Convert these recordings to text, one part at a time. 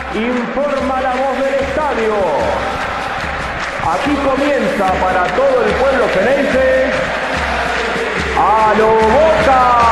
Informa la voz del estadio. Aquí comienza para todo el pueblo xenense ¡A lo Boca!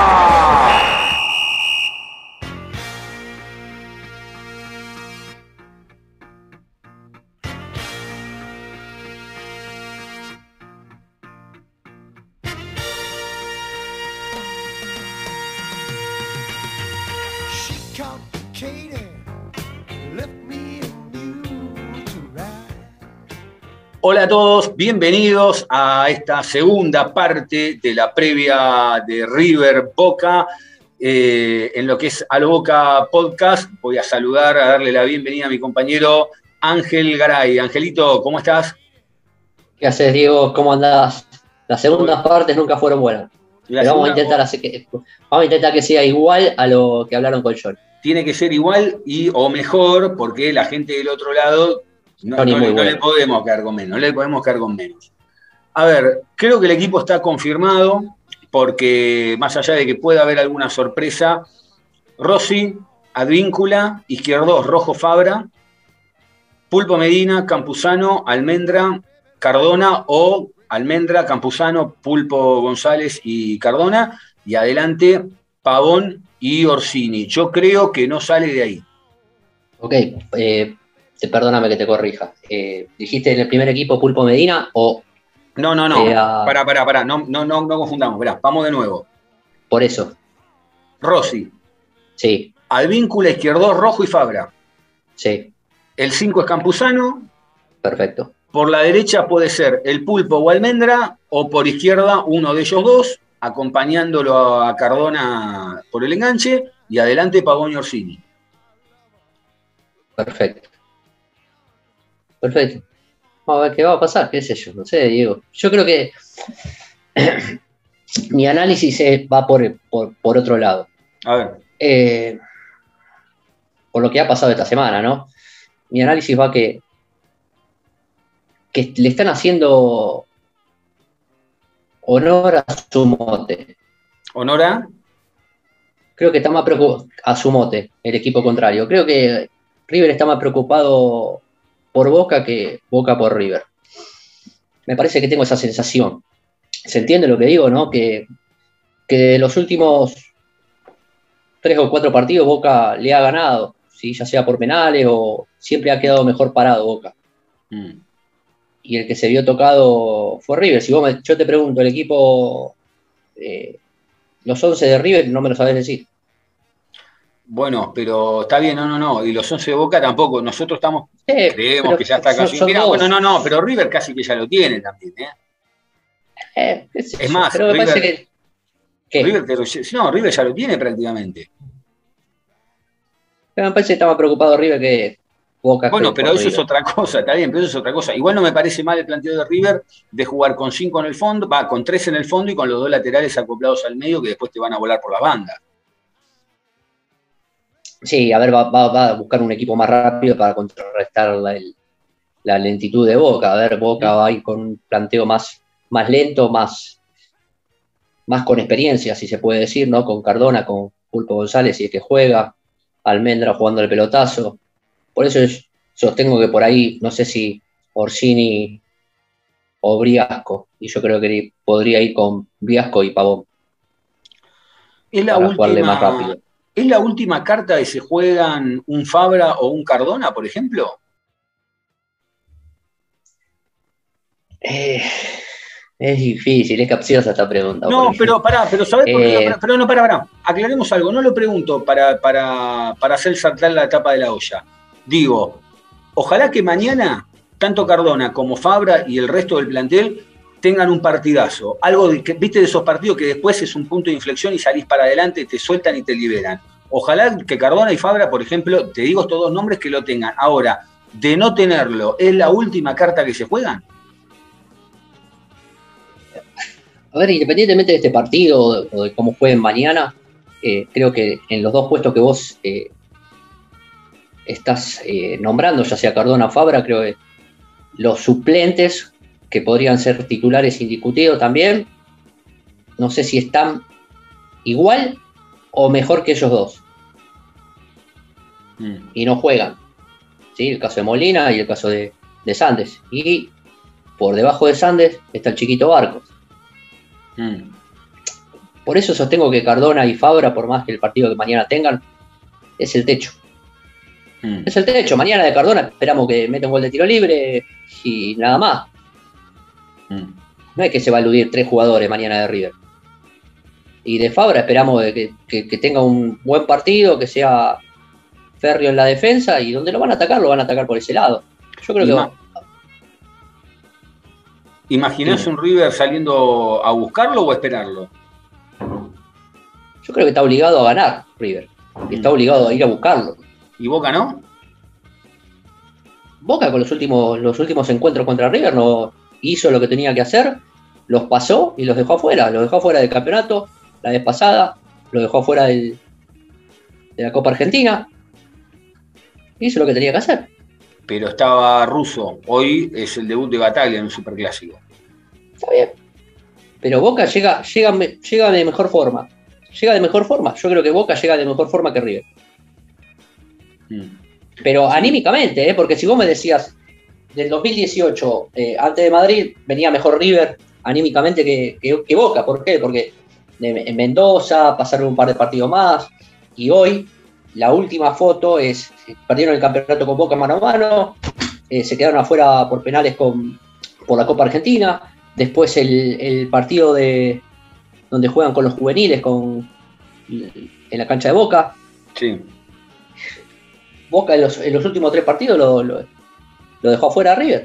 Hola a todos, bienvenidos a esta segunda parte de la previa de River Boca en lo que es A lo Boca Podcast. Voy a saludar, a darle la bienvenida a mi compañero Ángel Garay. Angelito, ¿cómo estás? ¿Qué haces, Diego? ¿Cómo andás? Las segundas partes nunca fueron buenas. Pero vamos a intentar que sea igual a lo que hablaron con John. Tiene que ser igual o mejor, porque la gente del otro lado no le podemos quedar con menos. A ver, creo que el equipo está confirmado, porque más allá de que pueda haber alguna sorpresa, Rossi, Advíncula, Izquierdos, Rojo, Fabra, Pulpo Medina, Campuzano, Almendra, Cardona o Almendra, Campuzano, Pulpo González y Cardona, y adelante Pavón y Orsini. Yo creo que no sale de ahí. Ok, perdóname que te corrija. ¿Dijiste en el primer equipo Pulpo Medina o...? No. Pará. No confundamos. Verá, vamos de nuevo. Por eso. Rossi. Sí. Advíncula, Izquierdos, Rojo y Fabra. Sí. El 5 es Campuzano. Perfecto. Por la derecha puede ser el Pulpo o Almendra, o por izquierda uno de ellos dos, acompañándolo a Cardona por el enganche, y adelante Pavón y Orsini. Perfecto. Vamos a ver qué va a pasar, qué sé yo, no sé, Diego. Yo creo que mi análisis va por otro lado. A ver. Por lo que ha pasado esta semana, ¿no? Mi análisis va que le están haciendo honor a su mote. ¿Honor a? Creo que está más preocupado a su mote, el equipo contrario. Creo que River está más preocupado por Boca que Boca por River. Me parece que tengo esa sensación. ¿Se entiende lo que digo, no? Que de los últimos 3 o 4 partidos Boca le ha ganado, ¿sí? Ya sea por penales o siempre ha quedado mejor parado Boca. Y el que se vio tocado fue River. Si yo te pregunto, el equipo, los 11 de River, no me lo sabés decir. Bueno, pero está bien, no. Y los 11 de Boca tampoco. Nosotros creemos que ya está casi. Pero River casi que ya lo tiene también, es más, pero me parece que River ya lo tiene prácticamente. Pero me parece que está más preocupado River que Boca. Bueno, pero eso es otra cosa, está bien, pero eso es otra cosa. Igual no me parece mal el planteo de River de jugar con 5 en el fondo, con 3 en el fondo y con los 2 laterales acoplados al medio que después te van a volar por las bandas. Sí, a ver, va a buscar un equipo más rápido para contrarrestar la lentitud de Boca. A ver, Boca va a ir con un planteo más lento, más con experiencia, si se puede decir, ¿no? Con Cardona, con Pulpo González, si es que juega, Almendra jugando el pelotazo. Por eso sostengo que por ahí, no sé si Orsini o Briasco, y yo creo que podría ir con Briasco y Pavón para jugarle más rápido. ¿Es la última carta que se juegan un Fabra o un Cardona, por ejemplo? Es difícil, es capciosa esta pregunta. No, pero ¿sabés por qué? Pero no, pará. Aclaremos algo. No lo pregunto para hacer saltar la tapa de la olla. Digo, ojalá que mañana tanto Cardona como Fabra y el resto del plantel tengan un partidazo. Algo viste de esos partidos que después es un punto de inflexión y salís para adelante, te sueltan y te liberan. Ojalá que Cardona y Fabra, por ejemplo, te digo estos 2 nombres, que lo tengan. Ahora, de no tenerlo, ¿es la última carta que se juegan? A ver, independientemente de este partido o de cómo jueguen mañana, creo que en los 2 puestos que vos estás nombrando, ya sea Cardona o Fabra, creo que los suplentes, que podrían ser titulares indiscutidos también, no sé si están igual o mejor que ellos dos. y no juegan. ¿Sí? El caso de Molina y el caso de Sandes. Y por debajo de Sandes está el chiquito Barcos. Por eso sostengo que Cardona y Fabra, por más que el partido que mañana tengan, es el techo. Es el techo. Mañana de Cardona esperamos que meta un gol de tiro libre y nada más. No es que se va a eludir 3 jugadores mañana de River. Y de Fabra esperamos que tenga un buen partido, que sea férreo en la defensa, y donde lo van a atacar por ese lado. Yo creo que... ¿Imaginás un River saliendo a buscarlo o a esperarlo? Yo creo que está obligado a ganar River. Y está obligado a ir a buscarlo. ¿Y Boca no? Boca con los últimos encuentros contra River no hizo lo que tenía que hacer, los pasó y los dejó afuera. Los dejó afuera del campeonato la vez pasada, los dejó afuera de la Copa Argentina. Hizo lo que tenía que hacer. Pero estaba Russo. Hoy es el debut de Bataglia en un superclásico. Está bien. Pero Boca llega de mejor forma. Llega de mejor forma. Yo creo que Boca llega de mejor forma que River. Pero anímicamente, porque si vos me decías del 2018, antes de Madrid, venía mejor River anímicamente que Boca. ¿Por qué? Porque en Mendoza pasaron un par de partidos más, y hoy la última foto es, perdieron el campeonato con Boca mano a mano, se quedaron afuera por penales por la Copa Argentina, después el partido donde juegan con los juveniles en la cancha de Boca. Sí. Boca en los últimos 3 partidos lo dejó afuera a River.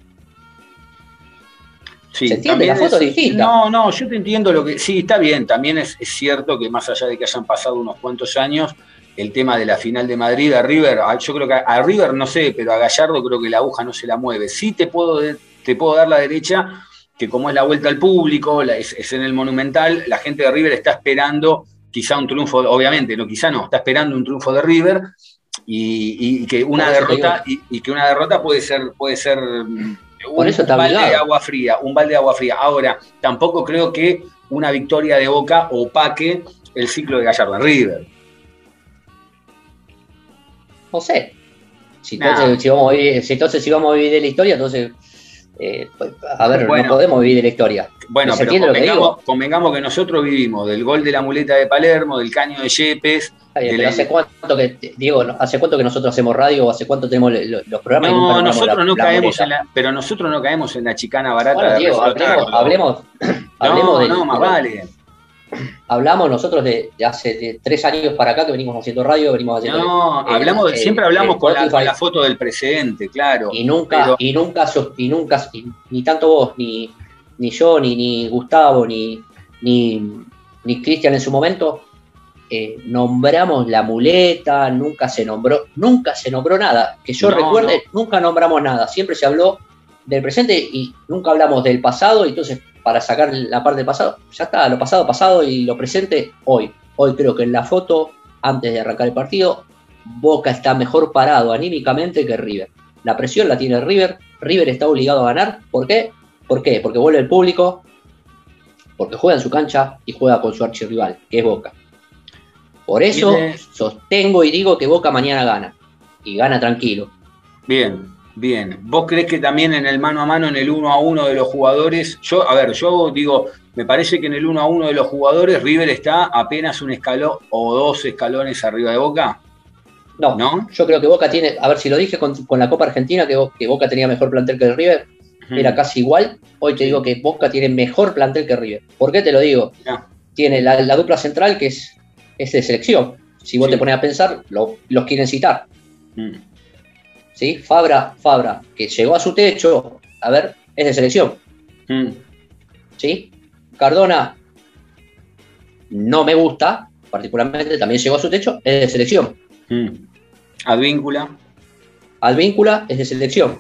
Sí, ¿se entiende? La foto es distinta. No, yo te entiendo lo que... Sí, está bien, también es cierto que más allá de que hayan pasado unos cuantos años, el tema de la final de Madrid a River, yo creo que a River no sé, pero a Gallardo creo que la aguja no se la mueve. Sí te puedo dar la derecha, que como es la vuelta al público, es en el Monumental, la gente de River está esperando quizá un triunfo, obviamente, no, quizá no, está esperando un triunfo de River, y que una derrota puede ser un balde de agua fría. Ahora, tampoco creo que una victoria de Boca opaque el ciclo de Gallardo en River. No sé. Si vamos a vivir de la historia, entonces no podemos vivir de la historia. Bueno, pero convengamos que nosotros vivimos del gol de la muleta de Palermo, del caño de Yepes. Pero ¿hace cuánto que nosotros hacemos radio, o hace cuánto tenemos los programas? No, nosotros no caemos en la chicana barata. Bueno, Diego, hablemos más vale. Hablamos nosotros de hace 3 años para acá que venimos haciendo radio, siempre hablamos con la foto del precedente, claro. Y nunca, ni tanto vos, ni yo, ni Gustavo, ni Cristian en su momento, nombramos la muleta, nunca se nombró nada. Que yo recuerde, nunca nombramos nada. Siempre se habló del presente y nunca hablamos del pasado, y entonces para sacar la parte del pasado, ya está, lo pasado, y lo presente hoy. Hoy creo que en la foto, antes de arrancar el partido, Boca está mejor parado anímicamente que River. La presión la tiene River está obligado a ganar. ¿Por qué? Porque vuelve el público, porque juega en su cancha y juega con su archirrival, que es Boca. Por eso sostengo y digo que Boca mañana gana, y gana tranquilo. Bien. ¿Vos creés que también en el mano a mano, en el 1-1 de los jugadores, yo digo, me parece que en el 1-1 de los jugadores River está apenas un escalón o 2 escalones arriba de Boca? No, yo creo que Boca tiene, a ver si lo dije con la Copa Argentina, que Boca tenía mejor plantel que el River, era casi igual. Hoy te digo que Boca tiene mejor plantel que River. ¿Por qué te lo digo? Tiene la dupla central que es de selección. Si vos te pones a pensar, los quieren citar. ¿Sí? Fabra, que llegó a su techo, es de selección. ¿Sí? Cardona no me gusta, particularmente, también llegó a su techo, es de selección. Advíncula es de selección.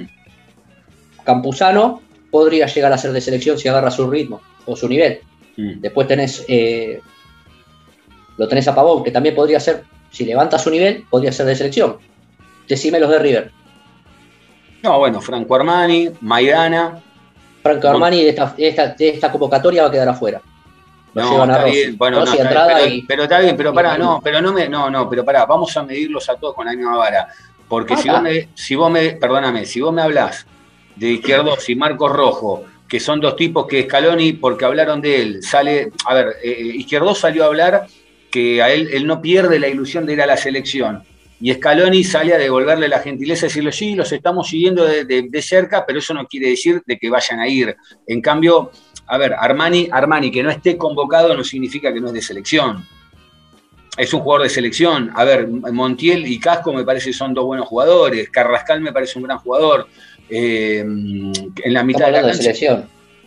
Campuzano podría llegar a ser de selección si agarra su ritmo o su nivel. Después lo tenés a Pavón, que también podría ser, si levanta su nivel, podría ser de selección. Decime los de River. No, bueno, Franco Armani, Maidana. Franco Armani de esta convocatoria va a quedar afuera. Lo llevan a Rossi. Bueno, Rossi no, entrada pero está bien, pero pará, pero pará, vamos a medirlos a todos con la misma vara. Porque si vos me hablás de Izquierdos y Marcos Rojo, que son dos tipos que Scaloni, porque hablaron de él, Izquierdos salió a hablar que a él no pierde la ilusión de ir a la selección. Y Scaloni sale a devolverle la gentileza y decirle, sí, los estamos siguiendo de cerca, pero eso no quiere decir de que vayan a ir. En cambio, Armani, que no esté convocado no significa que no es de selección. Es un jugador de selección. Montiel y Casco me parece que son dos buenos jugadores. Carrascal me parece un gran jugador. En la mitad de la cancha. De selección.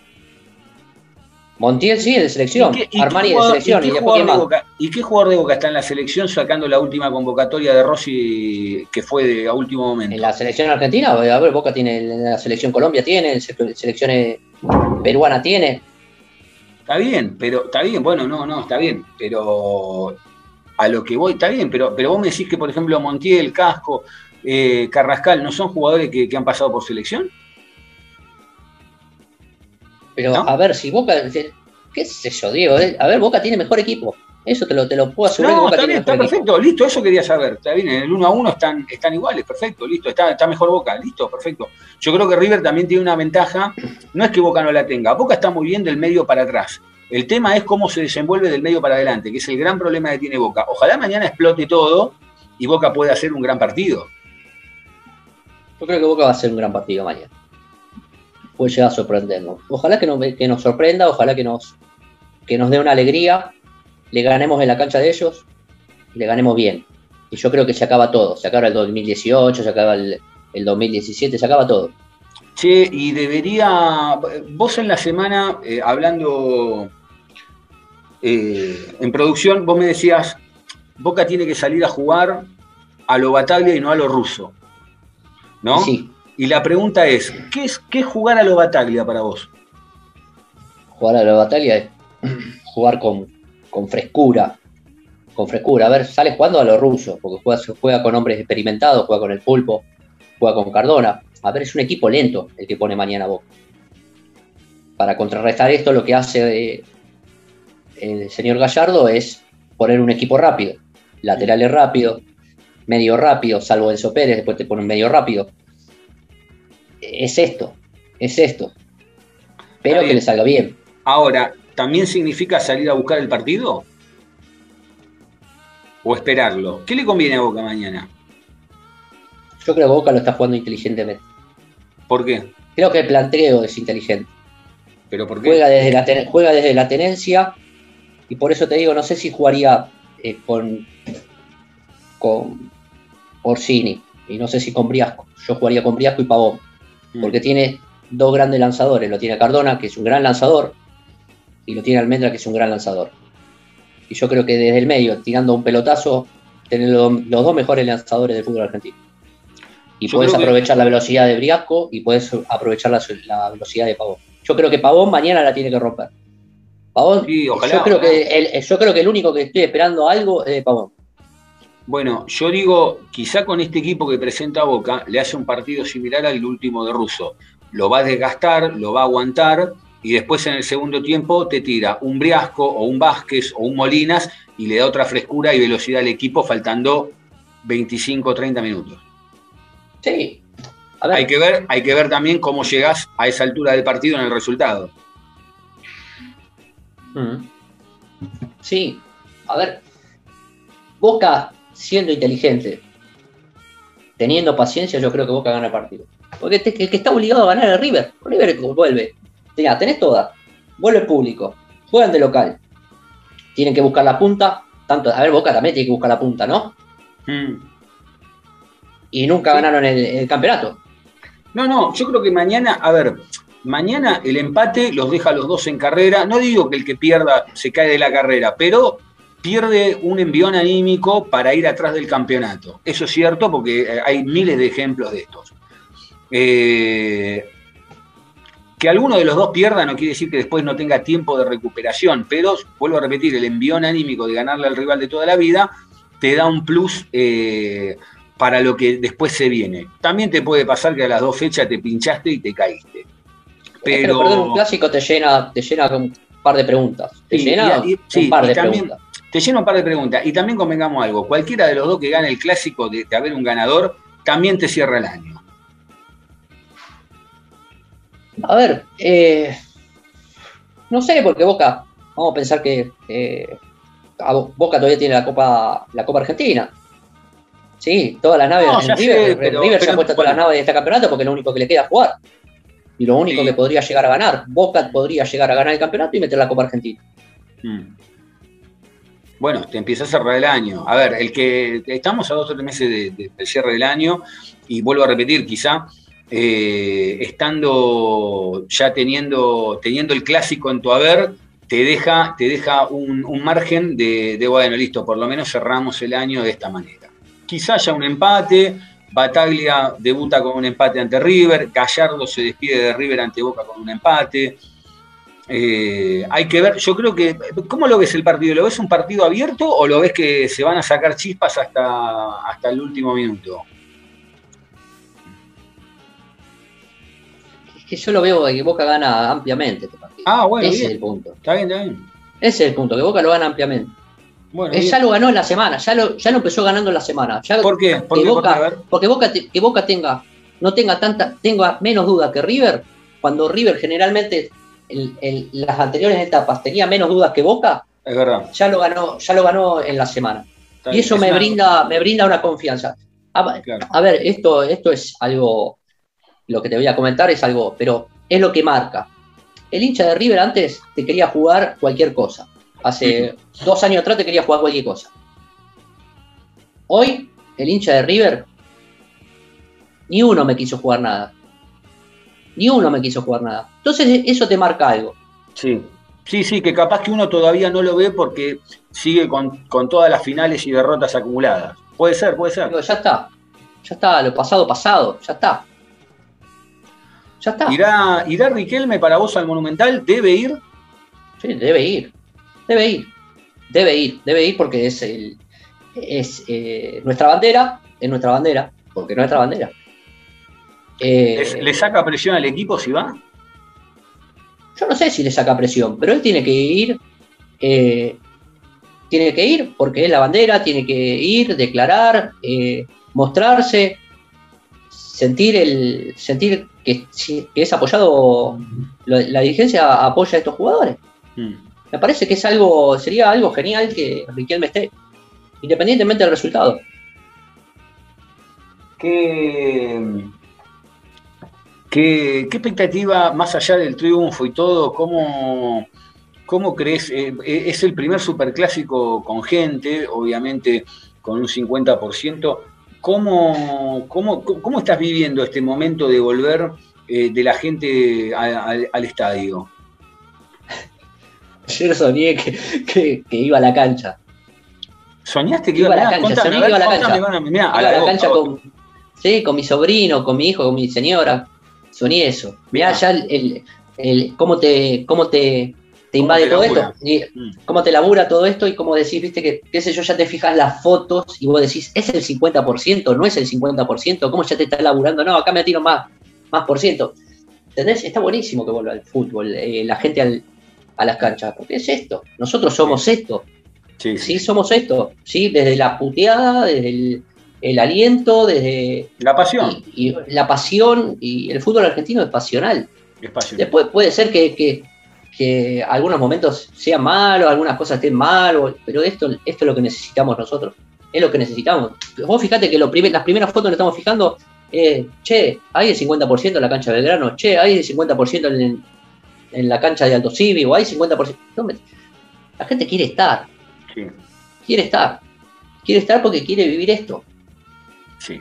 Montiel sí es de selección. Armani es de selección. ¿Y qué jugador de Boca está en la selección sacando la última convocatoria de Rossi que fue a último momento? ¿En la selección argentina? A ver, Boca tiene, en la selección Colombia tiene, selecciones peruana tiene. Está bien, bueno, está bien, pero a lo que voy, está bien, pero vos me decís que, por ejemplo, Montiel, Casco, Carrascal, ¿no son jugadores que han pasado por selección? Pero, ¿no? A ver, si Boca, qué sé yo, Diego, a ver, Boca tiene mejor equipo. Eso te lo puedo asegurar. No, Boca está bien, está perfecto, equipo. Listo, eso quería saber. Está bien, en el 1-1 están iguales, perfecto, listo, está mejor Boca, listo, perfecto. Yo creo que River también tiene una ventaja, no es que Boca no la tenga, Boca está muy bien del medio para atrás. El tema es cómo se desenvuelve del medio para adelante, que es el gran problema que tiene Boca. Ojalá mañana explote todo y Boca pueda hacer un gran partido. Yo creo que Boca va a hacer un gran partido mañana. Puede llegar a sorprendernos. Ojalá que nos sorprenda, ojalá que nos dé una alegría, le ganemos en la cancha de ellos, le ganemos bien. Y yo creo que se acaba todo. Se acaba el 2018, se acaba el 2017, se acaba todo. Che, y vos en la semana, hablando en producción, vos me decías, Boca tiene que salir a jugar a lo Bataglia y no a lo ruso, ¿no? Sí. Y la pregunta es, ¿qué es jugar a lo Bataglia para vos? Jugar a lo Bataglia es jugar con frescura. Con frescura. A ver, sale jugando a lo ruso, porque juega con hombres experimentados, juega con el Pulpo, juega con Cardona. A ver, es un equipo lento el que pone mañana Boca. Para contrarrestar esto, lo que hace el señor Gallardo es poner un equipo rápido. Laterales rápido, medio rápido, salvo Enzo Pérez, después te pone un medio rápido. Es esto. Pero que le salga bien. Ahora, ¿también significa salir a buscar el partido? ¿O esperarlo? ¿Qué le conviene a Boca mañana? Yo creo que Boca lo está jugando inteligentemente. ¿Por qué? Creo que el planteo es inteligente. ¿Pero por qué? Juega desde la tenencia y por eso te digo, no sé si jugaría con Orsini y no sé si con Briasco. Yo jugaría con Briasco y Pavón. Porque tiene dos grandes lanzadores. Lo tiene Cardona, que es un gran lanzador, y lo tiene Almendra, que es un gran lanzador. Y yo creo que desde el medio, tirando un pelotazo, tener los dos mejores lanzadores del fútbol argentino. Y puedes aprovechar la velocidad de Briasco y puedes aprovechar la velocidad de Pavón. Yo creo que Pavón mañana la tiene que romper. Pavón, sí, ojalá, yo creo que el único que estoy esperando algo es de Pavón. Bueno, yo digo, quizá con este equipo que presenta Boca, le hace un partido similar al último de Russo. Lo va a desgastar, lo va a aguantar, y después en el segundo tiempo te tira un Briasco o un Vázquez o un Molinas y le da otra frescura y velocidad al equipo faltando 25 o 30 minutos. Sí. A ver. Hay que ver también cómo llegás a esa altura del partido en el resultado. Sí. A ver, Boca siendo inteligente, teniendo paciencia, yo creo que Boca gana el partido. Porque el que está obligado a ganar es River. River vuelve. Ya, tenés todas. Vuelve el público. Juegan de local. Tienen que buscar la punta. A ver, Boca también tiene que buscar la punta, ¿no? Y nunca ganaron el campeonato. No, yo creo que mañana el empate los deja a los dos en carrera. No digo que el que pierda se cae de la carrera, pero pierde un envión anímico para ir atrás del campeonato. Eso es cierto porque hay miles de ejemplos de estos. Que alguno de los dos pierda no quiere decir que después no tenga tiempo de recuperación, pero vuelvo a repetir, el envión anímico de ganarle al rival de toda la vida te da un plus para lo que después se viene. También te puede pasar que a las dos fechas te pinchaste y te caíste. Pero perder un clásico te llena par de preguntas. ¿Te llena? Un par de preguntas. Te llena un par de preguntas. Y también convengamos algo, cualquiera de los dos que gane el clásico de haber un ganador, también te cierra el año. A ver, no sé, porque Boca, vamos a pensar que Boca todavía tiene la Copa Argentina. Sí, todas las naves en River se ha puesto todas las naves de este campeonato porque es lo único que le queda jugar. Y lo único que podría llegar a ganar. Boca podría llegar a ganar el campeonato y meter la Copa Argentina. Bueno, te empieza a cerrar el año. A ver, estamos a 2 o 3 meses del cierre del año, y vuelvo a repetir, quizá estando ya teniendo el clásico en tu haber, te deja un margen de bueno, listo, por lo menos cerramos el año de esta manera. Quizá haya un empate, Bataglia debuta con un empate ante River, Gallardo se despide de River ante Boca con un empate. Hay que ver, yo creo que, ¿cómo lo ves el partido? ¿Lo ves un partido abierto o lo ves que se van a sacar chispas hasta el último minuto? Es que yo lo veo que Boca gana ampliamente este partido. Bueno, ese bien. Es el punto. Está bien. Ese es el punto, que Boca lo gana ampliamente. Bueno, ya lo ganó en la semana, ya lo empezó ganando en la semana. ¿Por qué? Porque Boca tenga menos dudas que River, cuando River generalmente en las anteriores etapas tenía menos dudas que Boca, es verdad. Ya lo ganó en la semana. Y eso me brinda una confianza. A ver, esto es algo, lo que te voy a comentar es algo, pero es lo que marca. El hincha de River antes te quería jugar cualquier cosa. Hace 2 años atrás te quería jugar cualquier cosa. Hoy, el hincha de River, ni uno me quiso jugar nada. Entonces, eso te marca algo. Sí, que capaz que uno todavía no lo ve porque sigue con todas las finales y derrotas acumuladas. Puede ser. Pero ya está, lo pasado, ya está. ¿Irá Riquelme para vos al Monumental? ¿Debe ir? Sí, debe ir porque es nuestra bandera, porque es nuestra bandera. ¿Le saca presión al equipo si va? Yo no sé si le saca presión, pero él tiene que ir. Tiene que ir porque es la bandera, tiene que ir, declarar, mostrarse, sentir que es apoyado, la dirigencia apoya a estos jugadores. Me parece que sería algo genial que Riquelme esté, independientemente del resultado. ¿Qué expectativa, más allá del triunfo y todo, cómo crees? Es el primer superclásico con gente, obviamente con un 50%. ¿Cómo estás viviendo este momento de volver de la gente al estadio? Ayer soñé que iba a la cancha. ¿Soñaste que iba a la cancha? Soñé que iba a la cancha. Iba a la cancha con mi sobrino, con mi hijo, con mi señora. Soñé eso. Mirá ya cómo te invade todo esto, cómo te labura todo esto y cómo decís, viste, que qué sé yo, ya te fijas las fotos y vos decís, ¿es el 50%? ¿No es el 50%? ¿Cómo ya te está laburando? No, acá me tiro más por ciento. ¿Entendés? Está buenísimo que vuelva al fútbol, la gente a las canchas, porque es esto. Nosotros somos esto. Sí, somos esto. Sí, desde la puteada, desde el aliento, desde la pasión. Y la pasión, y el fútbol argentino es pasional. Después puede ser que algunos momentos sean malos, algunas cosas estén mal, pero esto es lo que necesitamos nosotros. Es lo que necesitamos. Vos fijate que las primeras fotos que estamos fijando, che, hay el 50% en la cancha de Belgrano, che, hay el 50% en la cancha de Alto Civi, o hay 50%. No, la gente quiere estar. Sí. Quiere estar porque quiere vivir esto. Sí.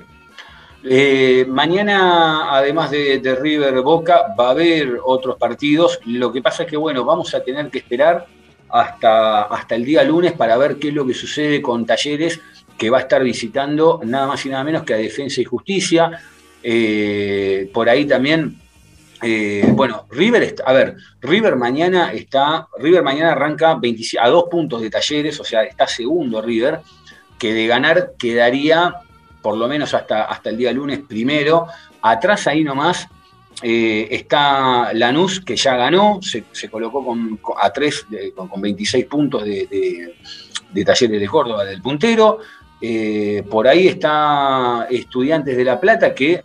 Mañana, además de River Boca, va a haber otros partidos. Lo que pasa es que, bueno, vamos a tener que esperar hasta el día lunes para ver qué es lo que sucede con Talleres, que va a estar visitando nada más y nada menos que a Defensa y Justicia. Por ahí también, bueno, River mañana arranca a 2 puntos de Talleres, o sea, está segundo River, que de ganar quedaría por lo menos hasta el día lunes primero. Atrás ahí nomás está Lanús, que ya ganó, se colocó a 3 con 26 puntos de Talleres de Córdoba, del puntero. Por ahí está Estudiantes de La Plata, que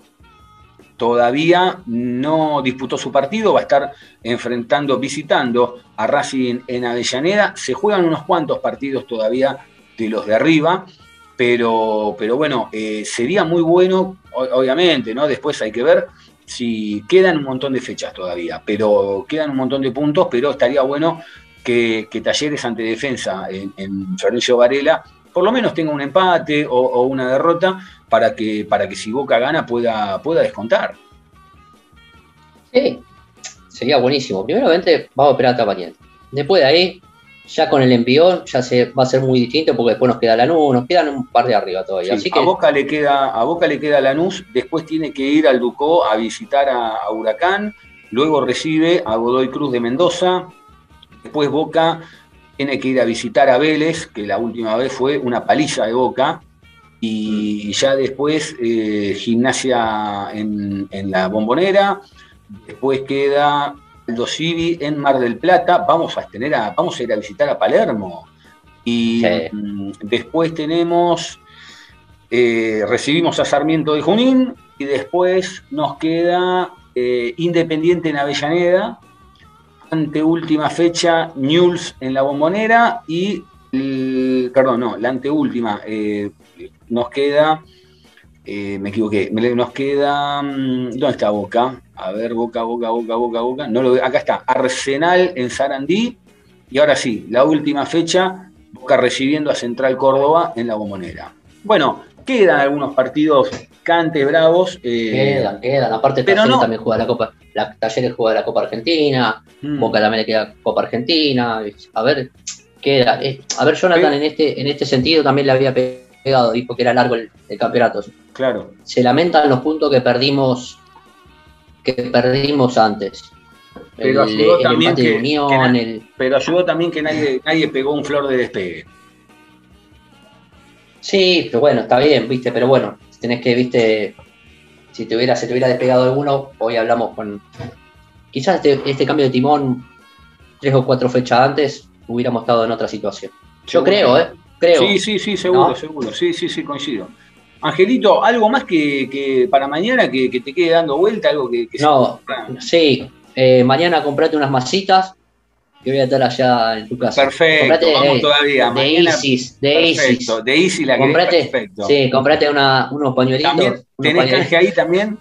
todavía no disputó su partido, va a estar visitando a Racing en Avellaneda. Se juegan unos cuantos partidos todavía de los de arriba, pero bueno, sería muy bueno, obviamente, ¿no? Después hay que ver si quedan un montón de fechas todavía, pero quedan un montón de puntos, pero estaría bueno que Talleres ante Defensa en Florencio Varela por lo menos tenga un empate o una derrota para que si Boca gana pueda descontar. Sí, sería buenísimo. Primeramente vamos a esperar hasta mañana. Después de ahí, ya con el envión, va a ser muy distinto porque después nos queda Lanús, nos quedan un par de arriba todavía. Sí, así que... a Boca le queda Lanús, después tiene que ir al Ducó a visitar a Huracán, luego recibe a Godoy Cruz de Mendoza, después Boca tiene que ir a visitar a Vélez, que la última vez fue una paliza de Boca, y ya después Gimnasia en la Bombonera, después queda Aldo Civi en Mar del Plata, vamos a ir a visitar a Palermo, y después recibimos a Sarmiento de Junín, y después nos queda Independiente en Avellaneda, anteúltima fecha, Newell's en la Bombonera y, la anteúltima, nos queda, me equivoqué, nos queda, ¿dónde está Boca? A ver, Boca, no lo veo, acá está, Arsenal en Sarandí, y ahora sí, la última fecha, Boca recibiendo a Central Córdoba en la Bombonera. Bueno, quedan algunos partidos cantes, bravos. Quedan, aparte Talleres también juega la Copa. Talleres juega la Copa Argentina, Boca también le queda Copa Argentina. A ver, queda. A ver, Jonathan en este sentido también le había pegado, dijo que era largo el campeonato. Claro. Se lamentan los puntos que perdimos antes. Pero ayudó también que nadie pegó un flor de despegue. Sí, pero bueno, está bien, viste, pero bueno, tenés que, viste, si se te hubiera despegado alguno, hoy hablamos con... Quizás este cambio de timón 3 o 4 fechas antes hubiéramos estado en otra situación. Yo creo. Sí, seguro, ¿no? Seguro, sí, coincido. Angelito, ¿algo más que para mañana que te quede dando vuelta? Algo que no, sí, mañana comprate unas masitas que voy a estar allá en tu casa. Perfecto, vamos todavía. De Isis. De Isis la que perfecto. Sí, comprate unos pañuelitos. ¿También? ¿Tenés canje ahí también?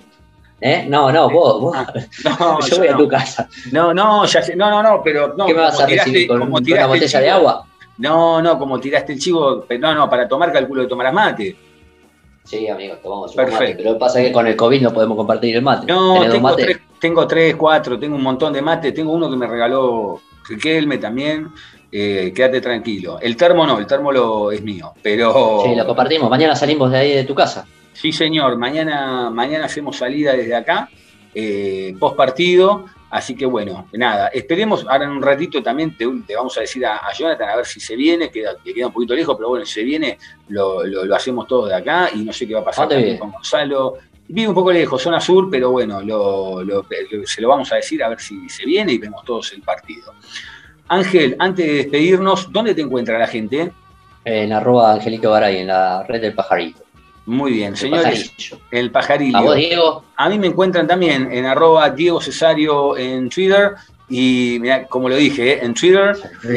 No, vos. No, yo voy a tu casa. No, ya sé. No, pero no. ¿Qué me vas a recibir con una botella de agua? No, como tiraste el chivo, no, para tomar calculo que tomarás mate. Sí, amigo, tomamos un mate, pero lo que pasa es que con el COVID no podemos compartir el mate. No, tengo 3, 4, tengo un montón de mate, tengo uno que me regaló Riquelme también, quédate tranquilo. El termo es mío, pero... Sí, lo compartimos, mañana salimos de ahí de tu casa. Sí, señor, mañana hacemos salida desde acá, post partido, así que bueno, nada, esperemos, ahora en un ratito también te vamos a decir a Jonathan a ver si se viene, que queda un poquito lejos, pero bueno, si se viene, lo hacemos todos de acá y no sé qué va a pasar también con Gonzalo. Vive un poco lejos, zona sur, pero bueno, se lo vamos a decir a ver si se viene y vemos todos el partido. Ángel, antes de despedirnos, ¿dónde te encuentra la gente? En @AngelitoGaray, en la red del Pajarito. Muy bien, señores. El Pajarillo. ¿A vos, Diego? A mí me encuentran también en @Diego Cesario en Twitter. Y mirá, como lo dije, en Twitter.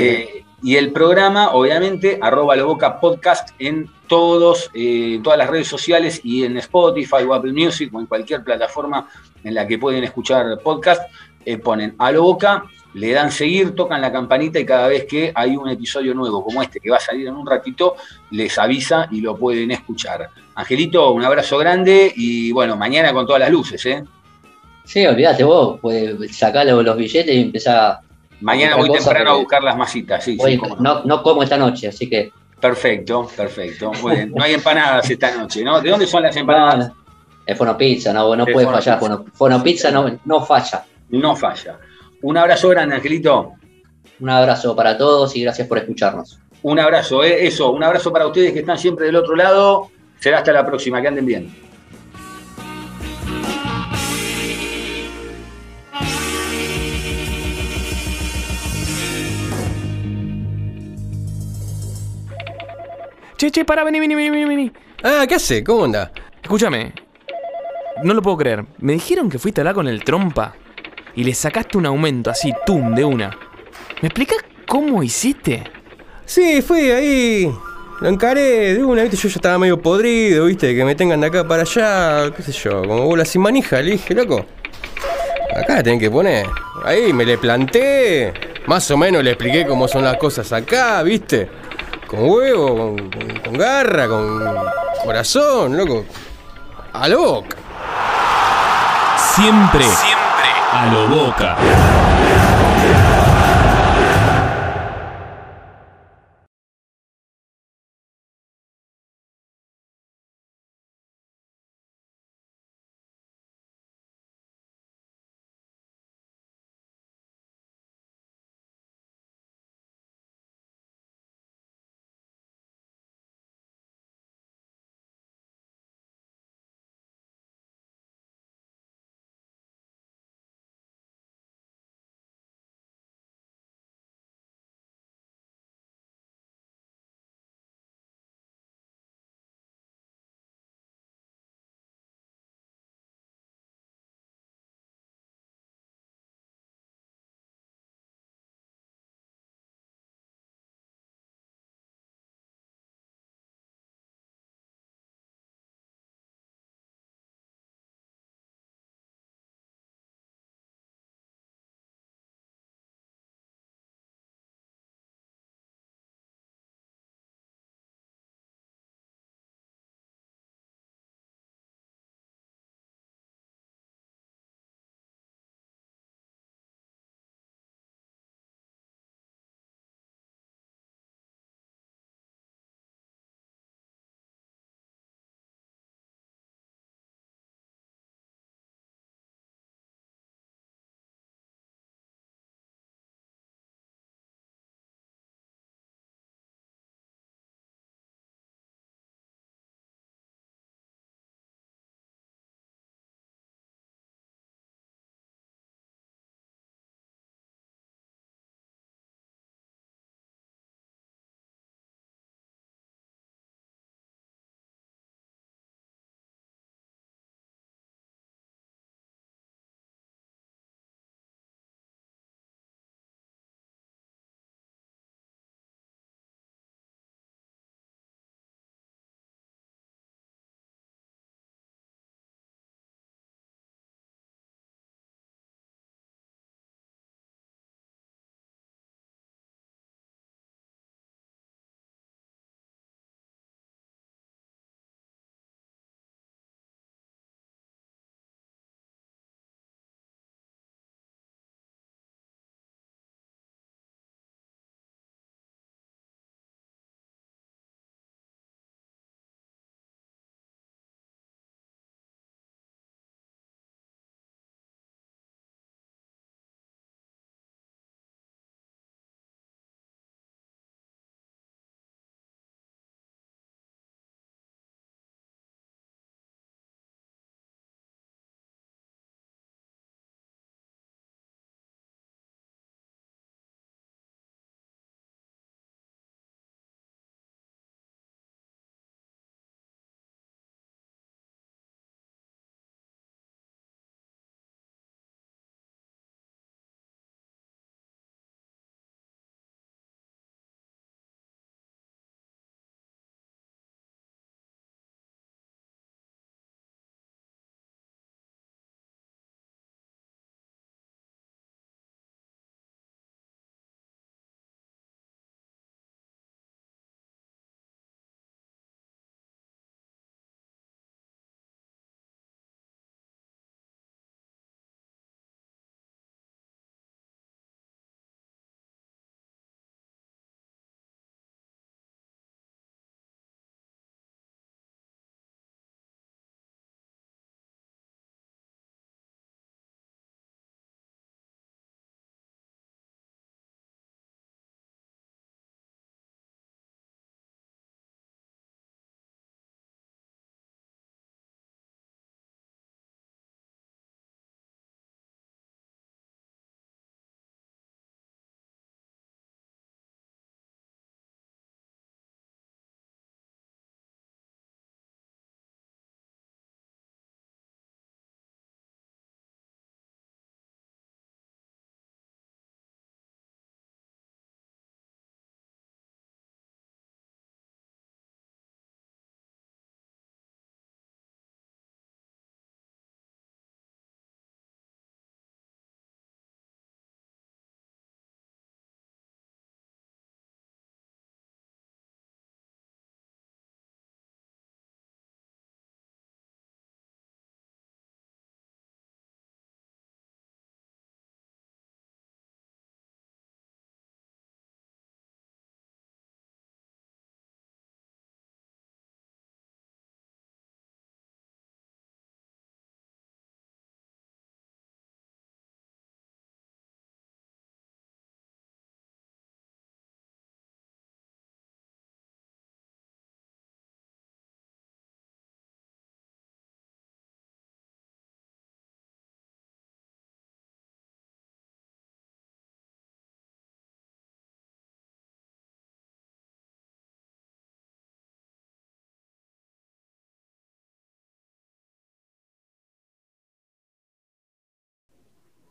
Y el programa, obviamente, @Loboca Podcast en todas las redes sociales y en Spotify o Apple Music o en cualquier plataforma en la que pueden escuchar podcast. Ponen a Loboca, le dan seguir, tocan la campanita y cada vez que hay un episodio nuevo como este que va a salir en un ratito, les avisa y lo pueden escuchar. Angelito, un abrazo grande y bueno, mañana con todas las luces, ¿eh? Sí, olvídate vos, pues sacá los billetes y empezá. Mañana voy temprano a buscar las masitas, sí. No como esta noche, así que... Perfecto. Muy bien. No hay empanadas esta noche, ¿no? ¿De dónde son las empanadas? Es Fonopizza, no puede fallar. Fonopizza no falla. No falla. Un abrazo grande, Angelito. Un abrazo para todos y gracias por escucharnos. Un abrazo, un abrazo para ustedes que están siempre del otro lado. Será hasta la próxima, que anden bien. Che, pará, vení. Ah, ¿qué hace? ¿Cómo anda? Escúchame. No lo puedo creer. Me dijeron que fuiste a hablar con el Trompa y le sacaste un aumento así, tum, de una. ¿Me explicás cómo hiciste? Sí, fui ahí. Lo encaré de una, viste, yo ya estaba medio podrido, viste, que me tengan de acá para allá, qué sé yo, como bola sin manija. Le dije, loco, acá la tienen que poner. Ahí me le planté, más o menos le expliqué cómo son las cosas acá, viste. Con huevo, con garra, con corazón, loco. A lo Boca. Siempre a lo Boca.